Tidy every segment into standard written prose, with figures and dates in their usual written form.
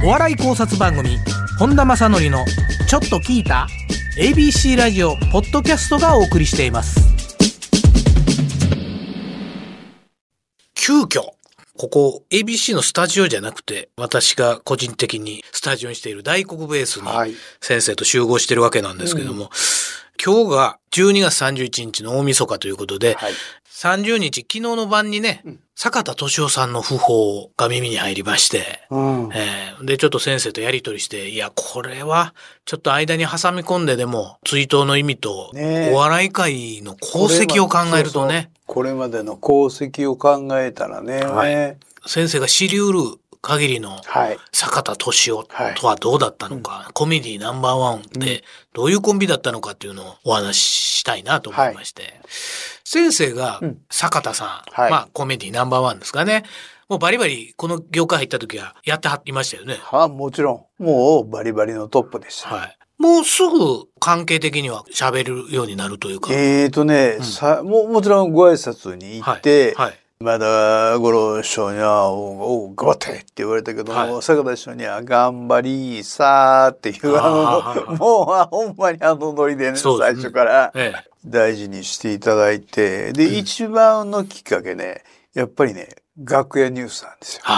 お笑い考察番組本田正則のちょっと聞いた ABC ラジオポッドキャストがお送りしています。急遽ここ ABC のスタジオじゃなくて、私が個人的にスタジオにしている大黒ベースに先生と集合してるわけなんですけども、今日が12月31日の大晦日ということで、30日昨日の晩にね、坂田敏夫さんの訃報が耳に入りまして、でちょっと先生とやり取りして、いやこれはちょっと間に挟み込んででも追悼の意味とお笑い界の功績を考えるとね、 これまでの功績を考えたらね、 先生が知りうる限りの坂田敏夫とはどうだったのか、コメディナンバーワンってどういうコンビだったのかっていうのをお話ししたいなと思いまして、先生が坂田さん、まあコメディナンバーワンですかね。もうバリバリこの業界入った時はやってはりましたよね。 もちろんもうバリバリのトップでした。 もうすぐ関係的には喋るようになるというか。 もちろんご挨拶に行って、今田五郎師匠には頑張ってって言われたけども、坂田師匠には頑張りさーっていうもうほんまにノリでね、最初から大事にしていただいて、で、一番のきっかけね、やっぱりね、楽屋ニュースなんですよ。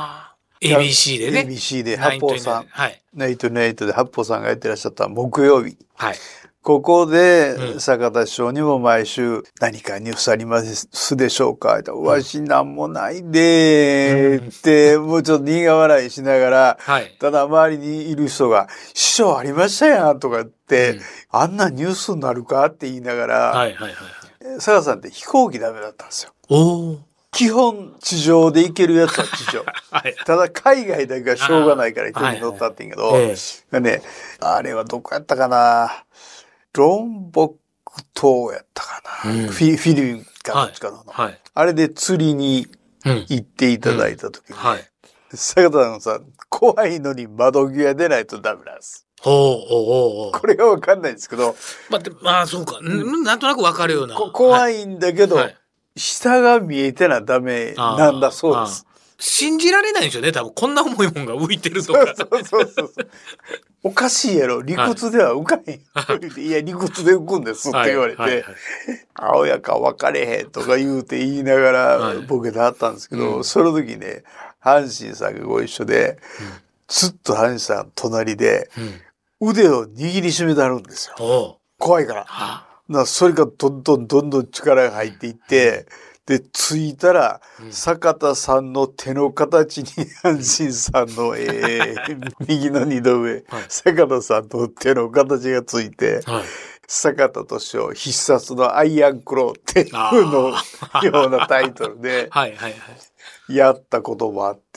ABC でね。 ABC で八方さん、ナイトナイトで八方さんがやってらっしゃった木曜日。ここで、坂田師匠にも毎週何かニュースありますでしょうかわしなんもないでーって、もうちょっと苦笑いしながら、ただ周りにいる人が、師匠ありましたやんとかって、あんなニュースになるかって言いながら、坂田さんって飛行機ダメだったんですよ。基本地上で行けるやつは地上。ただ海外だけはしょうがないから飛行機乗ったって言うけど、ね、あれはどこやったかな、ロンボク島やったかな、フィリピンかどっちかの、あれで釣りに行っていただいた時に、坂田さんさ、怖いのに窓際出ないとダメなんです。これが分かんないんですけど、 そうか、なんとなく分かるような。 怖いんだけど、下が見えてなダメなんだそうです。 信じられないんですよね、多分こんな重いもんが浮いてるとか。 そうおかしいやろ、理屈では浮かへん。いや、理屈で浮くんですって言われて、青やか分かれへんとか言いながらボケてはったんですけど、その時ね、阪神さんがご一緒で、ずっと阪神さん隣で、腕を握りしめてあるんですよ。怖いから。それがどんどん力が入っていって、で、着いたら、坂田さんの手の形に阪神さんの、右の二度上、坂田さんの手の形がついて、坂田敏夫必殺のアイアンクローっていうのようなタイトルで、やったこともあって、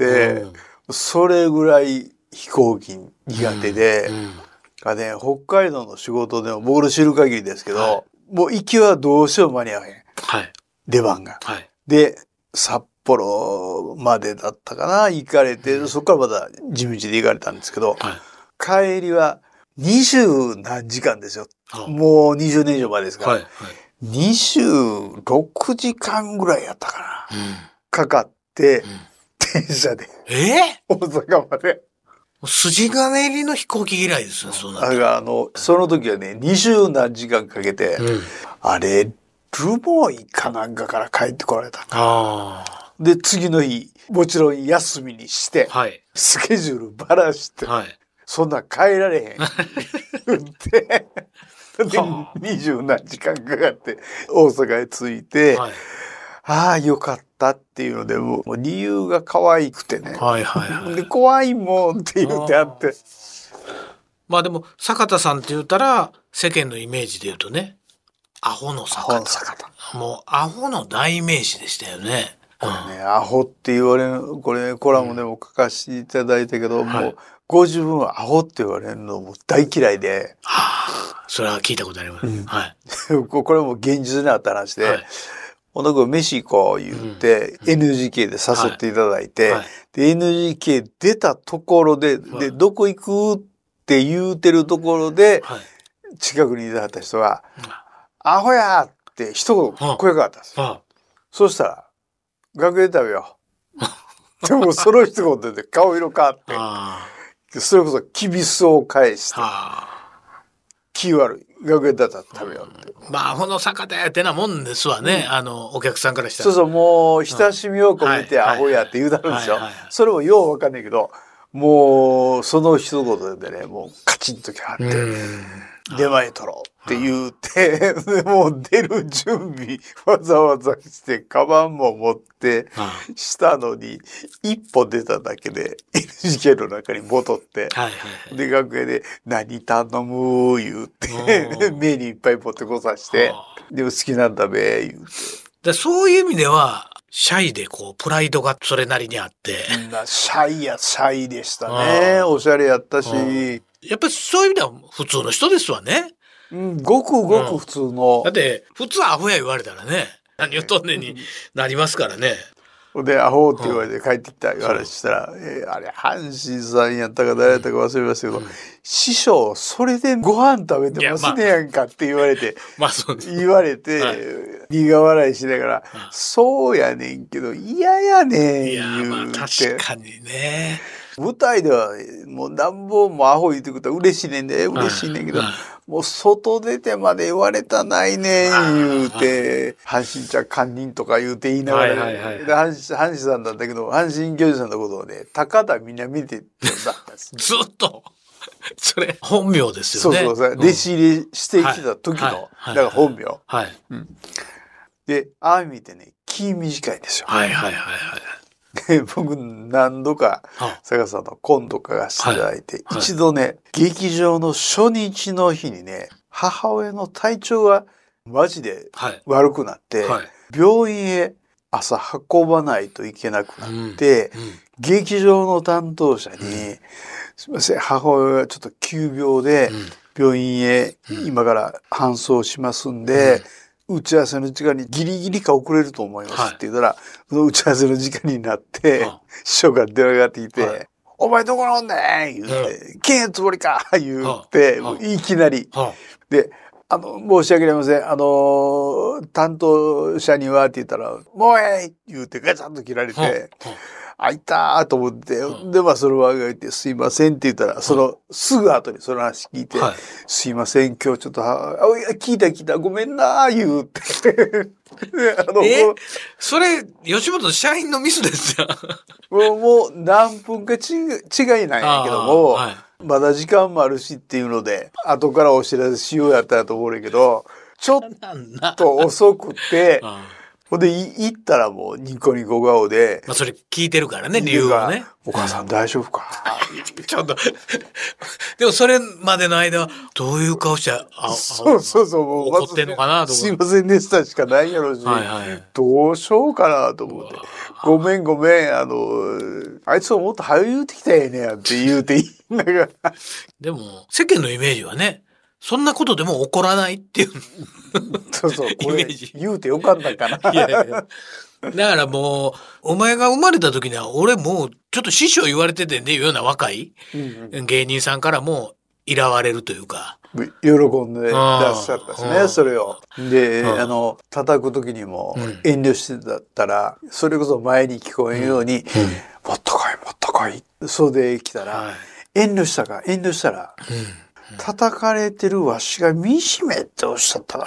それぐらい飛行機苦手で、北海道の仕事でも僕の知る限りですけど、もう行きはどうしても間に合わへん。出番が。で、札幌までだったかな、行かれて、そこからまた地道で行かれたんですけど、帰りは20何時間ですよ。もう20年以上前ですから。26時間ぐらいやったかな。かかって、電車で。大阪まで。 筋金入りの飛行機嫌いですね、そうなって。 その時はね、20何時間かけて、あれ、ルモイかなんかから帰ってこられたんだ。で、次の日、もちろん休みにして、スケジュールばらして、そんな帰られへん。で、20何時間かかって大阪へ着いて、よかったっていうので、もう理由が可愛くてね。で、怖いもんって言ってあって。 まあでも、坂田さんって言ったら、世間のイメージで言うとね、アホの坂田。もうアホの代名詞でしたよね。 これね、アホって言われる、これコラムでも書かせていただいたけど、もうご自分はアホって言われるのも大嫌いで。 それは聞いたことあります。 これも現実にあった話で、小野君飯行こう言って、NGK で誘っていただいて、で、NGK 出たところで、で、どこ行くって言うてるところで、近くにいた人が、アホやーって一言声かかったんですよ。そうしたら、楽屋で食べよう。でもその一言で顔色変わって、 それこそきびすを返して、気悪い。楽屋だったら食べようって。 まあ、この坂でってなもんですわね。お客さんからしたら。 そうそう、もう、親しみを込めてアホやって言うたるんですよ。それもようわかんないけど、もう、その一言でね、もうカチンときはって、出前取ろうって言うて、もう出る準備わざわざして、カバンも持ってしたのに、一歩出ただけで NGK の中に戻って、で、楽屋で何頼む言うて、メニューいっぱい持ってこさして、でも好きなんだべ、言うて。 そういう意味では、シャイでこう、プライドがそれなりにあって。 シャイでしたね。おしゃれやったし。 やっぱりそういう意味では普通の人ですわね。 ごくごく普通の。 だって、普通アホや言われたらね、何言うとんねんになりますからね。 で、アホって言われて帰ってきた話したら、あれ、阪神さんやったか誰やったか忘れましたけど、師匠、それでご飯食べてますねやんかって言われて、言われて、苦笑いしながら、そうやねんけど、嫌やねん、言うて。 確かにね。 舞台ではもうなんぼもアホ言ってくれたら嬉しいねんで、嬉しいねんけど、もう外出てまで言われたないねん言うて、阪神ちゃん堪忍とか言うて言いながら、阪神さんなんだけど、阪神巨人さんのことをね、高田南って呼んだんです。 ずっと。それ、本名ですよね。 そう。弟子入りしてきた時の、だから本名。で、ああいう意味でね、気短いんですよ。僕何度か坂さんのコント化がしていただいて、一度ね、劇場の初日の日にね、母親の体調がマジで悪くなって、病院へ朝運ばないといけなくなって、劇場の担当者に、すみません、母親がちょっと急病で病院へ今から搬送しますんで、打ち合わせの時間にギリギリか遅れると思いますって言ったら、その打ち合わせの時間になって、師匠が電話がかかってきて、お前どこのんねん言うて、けんつもりか言うて、いきなり。で、申し訳ありません。担当者にはって言ったら、もうえい言うてガチャンと切られて、あいたーと思って、で、まあ、それは言って、すいませんって言ったら、すぐ後にその話聞いて、すいません、今日ちょっと、聞いた、ごめんなー言うて。 それ、吉本社員のミスですよ。 もう何分か違いなんやけども、まだ時間もあるしっていうので、後からお知らせしようやったらと思うけど、ちょっと遅くて、ほんで、行ったらもうニコニコ顔で。 まあそれ聞いてるからね、理由はね。 お母さん大丈夫かちょっと。でもそれまでの間は、どういう顔して、 そう、もう怒ってんのかなと思って。 すいませんでしたしかないやろし、どうしようかなと思って。ごめん、あいつはもっと早言うてきたらええねやって言うて言いながら。 でも、世間のイメージはね、そんなことでも起こらないっていう。 そう、これ言うてよかったかな。だからもう、お前が生まれた時には、俺もう、ちょっと師匠言われててね、いうような若い芸人さんからも、いらわれるというか。 喜んでらっしゃったしね、それを。で、叩く時にも遠慮してたら、それこそ前に聞こえんように、もっと来い。袖へ来たら、遠慮したら、叩かれてるわしが惨めっておっしゃったから。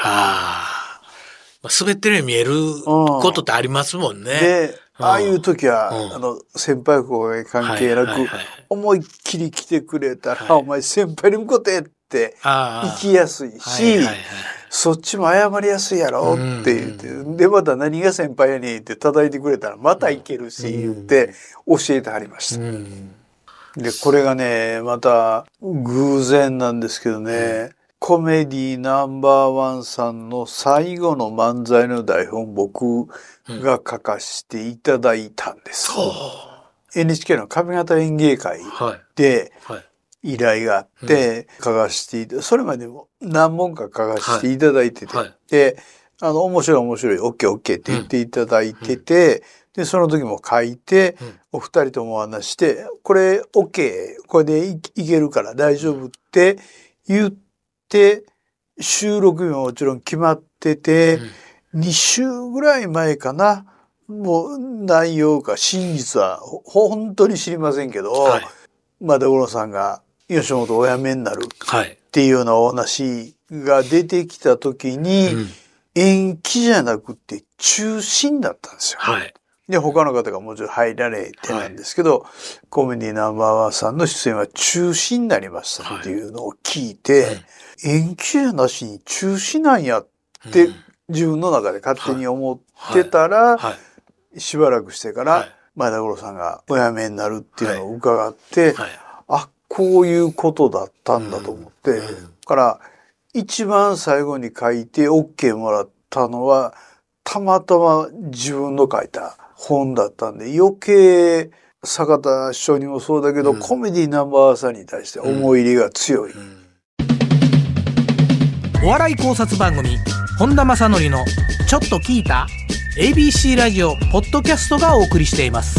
滑ってるように見えることってありますもんね。 で、ああいう時は、先輩後輩関係なく、思いっきり来てくれたら、お前先輩に向こうてって行きやすいし、そっちも謝りやすいやろって言って、で、また何が先輩やねんって叩いてくれたら、また行けるし、言って教えてはりました。で、これがね、また偶然なんですけどね、コメディNo.1さんの最後の漫才の台本、僕が書かせていただいたんです。NHK の上方演芸会で依頼があって書かせていただいて、それまでも何本か書かせていただいてて、で、面白い、OK って言っていただいてて、で、その時も書いて、お二人ともお話して、これ OK、これでいけるから大丈夫って言って、収録日ももちろん決まってて、2週ぐらい前かな、もう内容か真実は本当に知りませんけど、 田五郎さんが吉本お辞めになるっていうようなお話が出てきた時に、延期じゃなくて中止だったんですよ。で、他の方がもちろん入られてなんですけど、コメディナンバーワンさんの出演は中止になりましたっていうのを聞いて、延期じゃなしに中止なんやって自分の中で勝手に思ってたら、しばらくしてから前田五郎さんがお辞めになるっていうのを伺って、あ、こういうことだったんだと思って、だから一番最後に書いて OK もらったのは、たまたま自分の書いた本だったんで、余計坂田師匠にもそうだけど、コメディナンバーワンさんに対して思い入れが強い。 お笑い考察番組本田正則のちょっと聞いた ABC ラジオポッドキャストがお送りしています。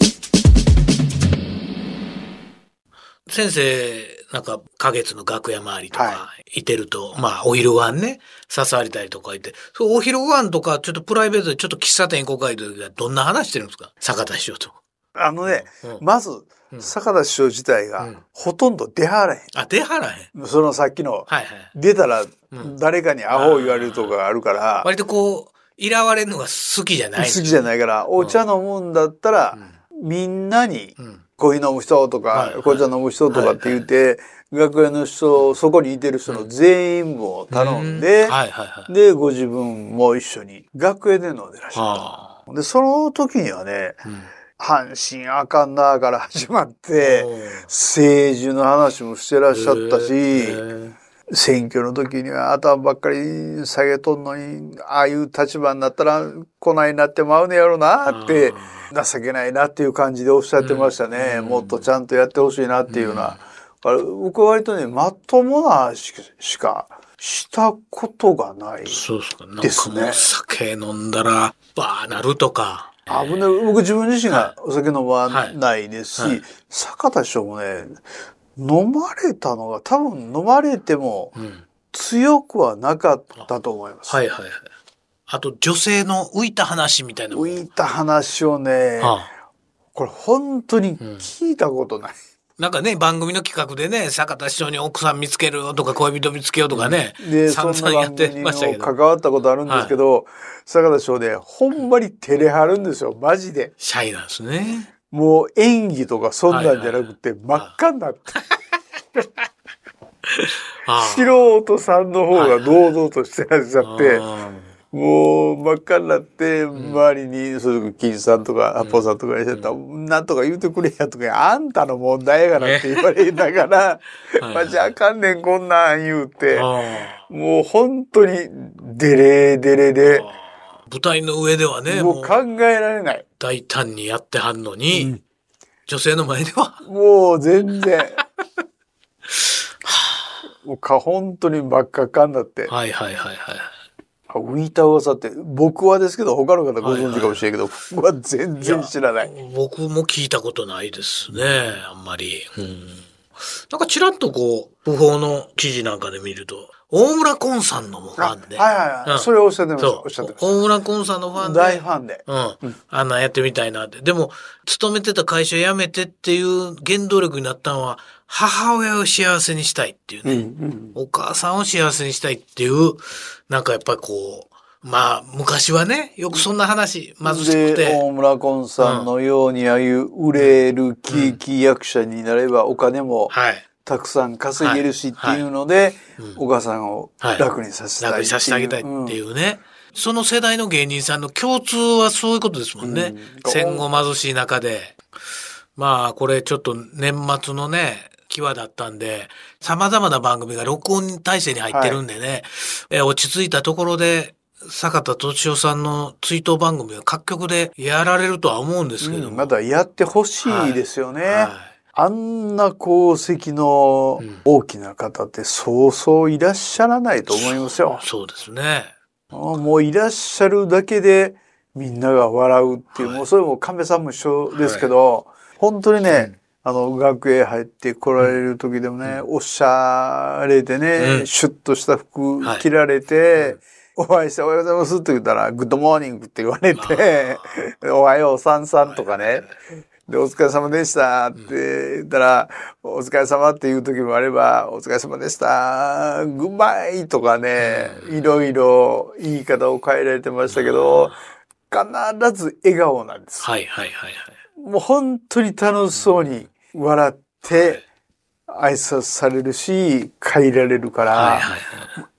先生なんか花月の楽屋周りとかいてると、まあお昼ご飯ね誘われたりとかいて、そうお昼ご飯とかちょっとプライベートでちょっと喫茶店行こうかいう時はどんな話してるんですか、坂田師匠と。 まず坂田師匠自体がほとんど出はらへん。 出はらへん。そのさっきの出たら誰かにアホ言われるとかがあるから、 割とこういらわれるのが好きじゃない。 好きじゃないから、お茶飲むんだったらみんなにコーヒー飲む人とか紅茶飲む人とかって言って楽屋の人、そこにいてる人の全員分を頼んで、でご自分も一緒に楽屋で飲んでらっしゃった。でその時にはね、阪神あかんなから始まって政治の話もしてらっしゃったし、選挙の時には頭ばっかり下げとんのに、ああいう立場になったら来ないなってまうねやろなって情けないなっていう感じでおっしゃってましたね。もっとちゃんとやってほしいなっていうような。僕は割とね、まともな話しかしたことがないですね。 酒飲んだらバーなるとか。 危ない。僕自分自身がお酒飲まないですし、坂田師匠もね、飲まれたのが多分飲まれても強くはなかったと思います。 あと女性の浮いた話みたいな。 浮いた話をね、これ本当に聞いたことない。 なんかね、番組の企画でね、坂田師匠に奥さん見つけるとか恋人見つけようとかね、 でそんな番組にも関わったことあるんですけど、坂田師匠でほんまに照れはるんですよ、マジで。 シャイなんですね。 もう演技とかそんなんじゃなくて真っ赤になって。素人さんの方が堂々としてらっしゃって、もう真っ赤になって周りにそれ金さんとかアポさんとかいらっしゃったら、なんとか言うてくれやとか、あんたの問題やからって言われながら、マジあかんねんこんなん言うて、もう本当にデレデレで、 舞台の上ではね、 もう考えられない。 大胆にやってはんのに、女性の前ではもう全然もう本当に真っ赤っかになって。浮いた噂って僕はですけど他の方ご存知かもしれないけど、僕は全然知らない。 僕も聞いたことないですね、あんまり。なんかちらっとこう訃報の記事なんかで見ると大村崑さんのもファンで、 それをおっしゃってました。 大村崑さんのファンで大ファンで、 やってみたいなって。でも勤めてた会社辞めてっていう原動力になったのは母親を幸せにしたいっていうね、お母さんを幸せにしたいっていう、なんかやっぱりこう、まあ昔はね、よくそんな話貧しくて、 大村崑さんのようにああいう売れる喜劇役者になればお金もたくさん稼げるしっていうので、お母さんを楽にさせたい、 楽にさせてあげたいっていうね、その世代の芸人さんの共通はそういうことですもんね。戦後貧しい中で、まあこれちょっと年末のね際だったんで、様々な番組が録音体制に入ってるんでね、落ち着いたところで坂田敏夫さんの追悼番組は各局でやられるとは思うんですけども、 まだやってほしいですよね。あんな功績の大きな方ってそうそういらっしゃらないと思いますよ。 そうですね。 もういらっしゃるだけでみんなが笑うっていう、もうそれも亀さんも一緒ですけど、本当にね、楽屋入って来られる時でもね、おしゃれでね、シュッとした服着られて、お会いしておはようございますって言ったら、グッドモーニングって言われて、おはようさんさんとかね、 で、お疲れ様でしたって言ったら、お疲れ様っていう時もあれば、お疲れ様でした、グッバイとかね、いろいろ言い方を変えられてましたけど、必ず笑顔なんです。 はいはいはいはい。 もう本当に楽しそうに笑って挨拶されるし、帰られるから、はいはいはい、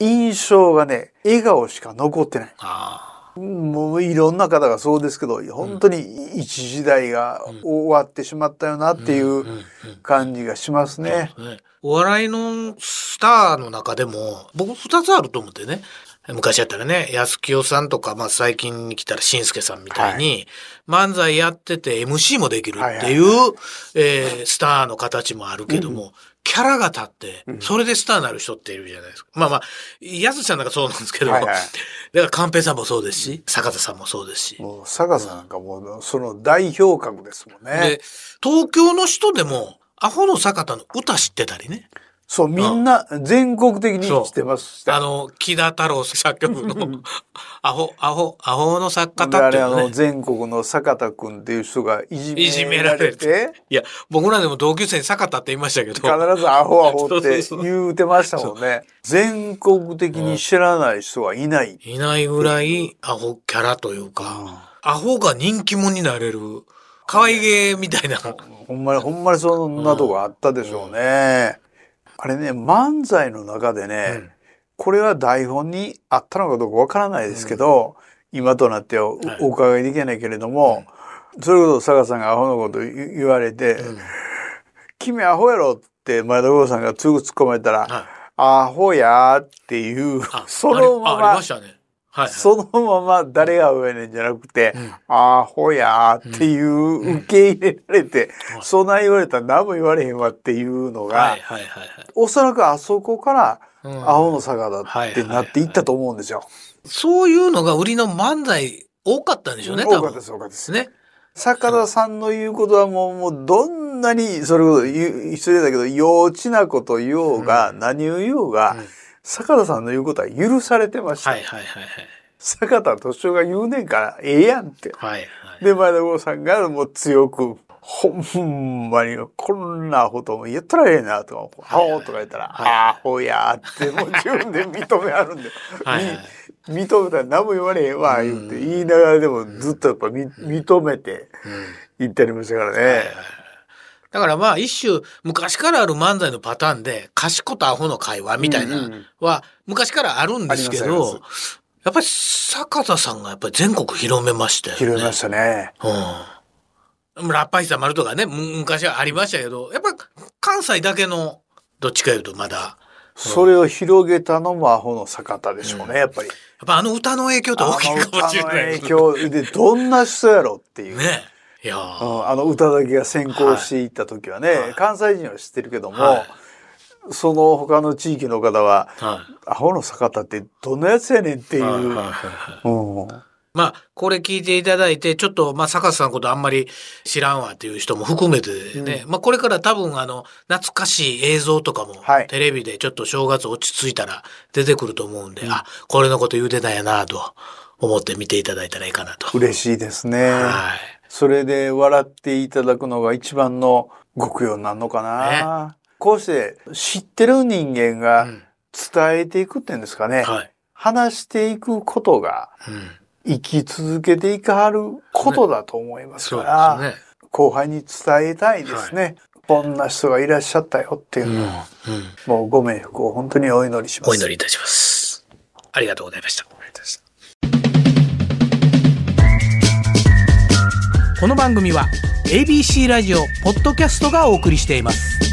印象がね、笑顔しか残ってない。もういろんな方がそうですけど、本当に一時代が終わってしまったよなっていう感じがしますね。 お笑いのスターの中でも、僕2つあると思ってね。昔やったらね、安清さんとか、まあ最近に来たらしんすけさんみたいに、漫才やってて MC もできるっていう、スターの形もあるけども、キャラが立って、それでスターになる人っているじゃないですか。まあまあ、安さんなんかそうなんですけど、だから寛平さんもそうですし、坂田さんもそうですし。 もう坂田さんなんかもうその代表格ですもんね。 で、東京の人でも、アホの坂田の歌知ってたりね。 そう、みんな全国的に知ってます。 木田太郎作曲のアホの作家っていうね。全国の坂田くんっていう人がいじめられて。 いや、僕らでも同級生に坂田って言いましたけど。 必ずアホって言うてましたもんね。全国的に知らない人はいない。 いないぐらいアホキャラというか、アホが人気者になれる。可愛げみたいな。 ほんまにそんなとこあったでしょうね。あれね、漫才の中でね、これは台本にあったのかどうかわからないですけど、今となってはお伺いできないけれども、それこそ坂さんがアホのこと言われて、君アホやろって前田剛さんが突っ込まれたら、アホやっていう、そのまま、そのまま誰が上ねんじゃなくて、アホやーっていう受け入れられて、そんな言われたら何も言われへんわっていうのが、おそらくあそこからアホの坂だってなっていったと思うんですよ。 そういうのが売りの漫才多かったんでしょうね、 多かったです。ね。坂田さんの言うことはもうどんなに、それこそ失礼だけど、幼稚なこと言おうが、何を言おうが、坂田さんの言うことは許されてました。坂田敏夫が言うねんからええやんって。で、前田剛さんがもう強く、ほんまにこんなことも言ったらええなとか、アホとか言ったら、アホやってもう自分で認めあるんで、認めたら何も言われへんわ、言って言いながらでもずっとやっぱ認めて言ってありましたからね。 だからまあ一種昔からある漫才のパターンで賢とアホの会話みたいなは昔からあるんですけど、やっぱり坂田さんがやっぱり全国広めましたよね。 広めましたね。 ラッパイさん丸とかね、昔はありましたけど、やっぱ関西だけのどっちかいうとまだ。 それを広げたのもアホの坂田でしょうね、やっぱり。 やっぱあの歌の影響って大きいかもしれない。 あの歌の影響でどんな人やろっていう。 ね。いやあの歌だけが先行していった時はね、関西人は知ってるけども、その他の地域の方は、アホの坂田ってどんなやつやねんっていう。 まあ、これ聞いていただいて、ちょっと、まあ、坂田さんのことあんまり知らんわっていう人も含めてね、まあ、これから多分懐かしい映像とかも、テレビでちょっと正月落ち着いたら出てくると思うんで、これのこと言うてたんやなと思って見ていただいたらいいかなと。 嬉しいですね。それで笑っていただくのが一番の極用になるのかな。こうして知ってる人間が伝えていくっていうんですかね。話していくことが生き続けていかはることだと思いますから、後輩に伝えたいですね。こんな人がいらっしゃったよっていうのを、もうご冥福を本当にお祈りします。 お祈りいたします。ありがとうございました。 この番組は ABC ラジオポッドキャストがお送りしています。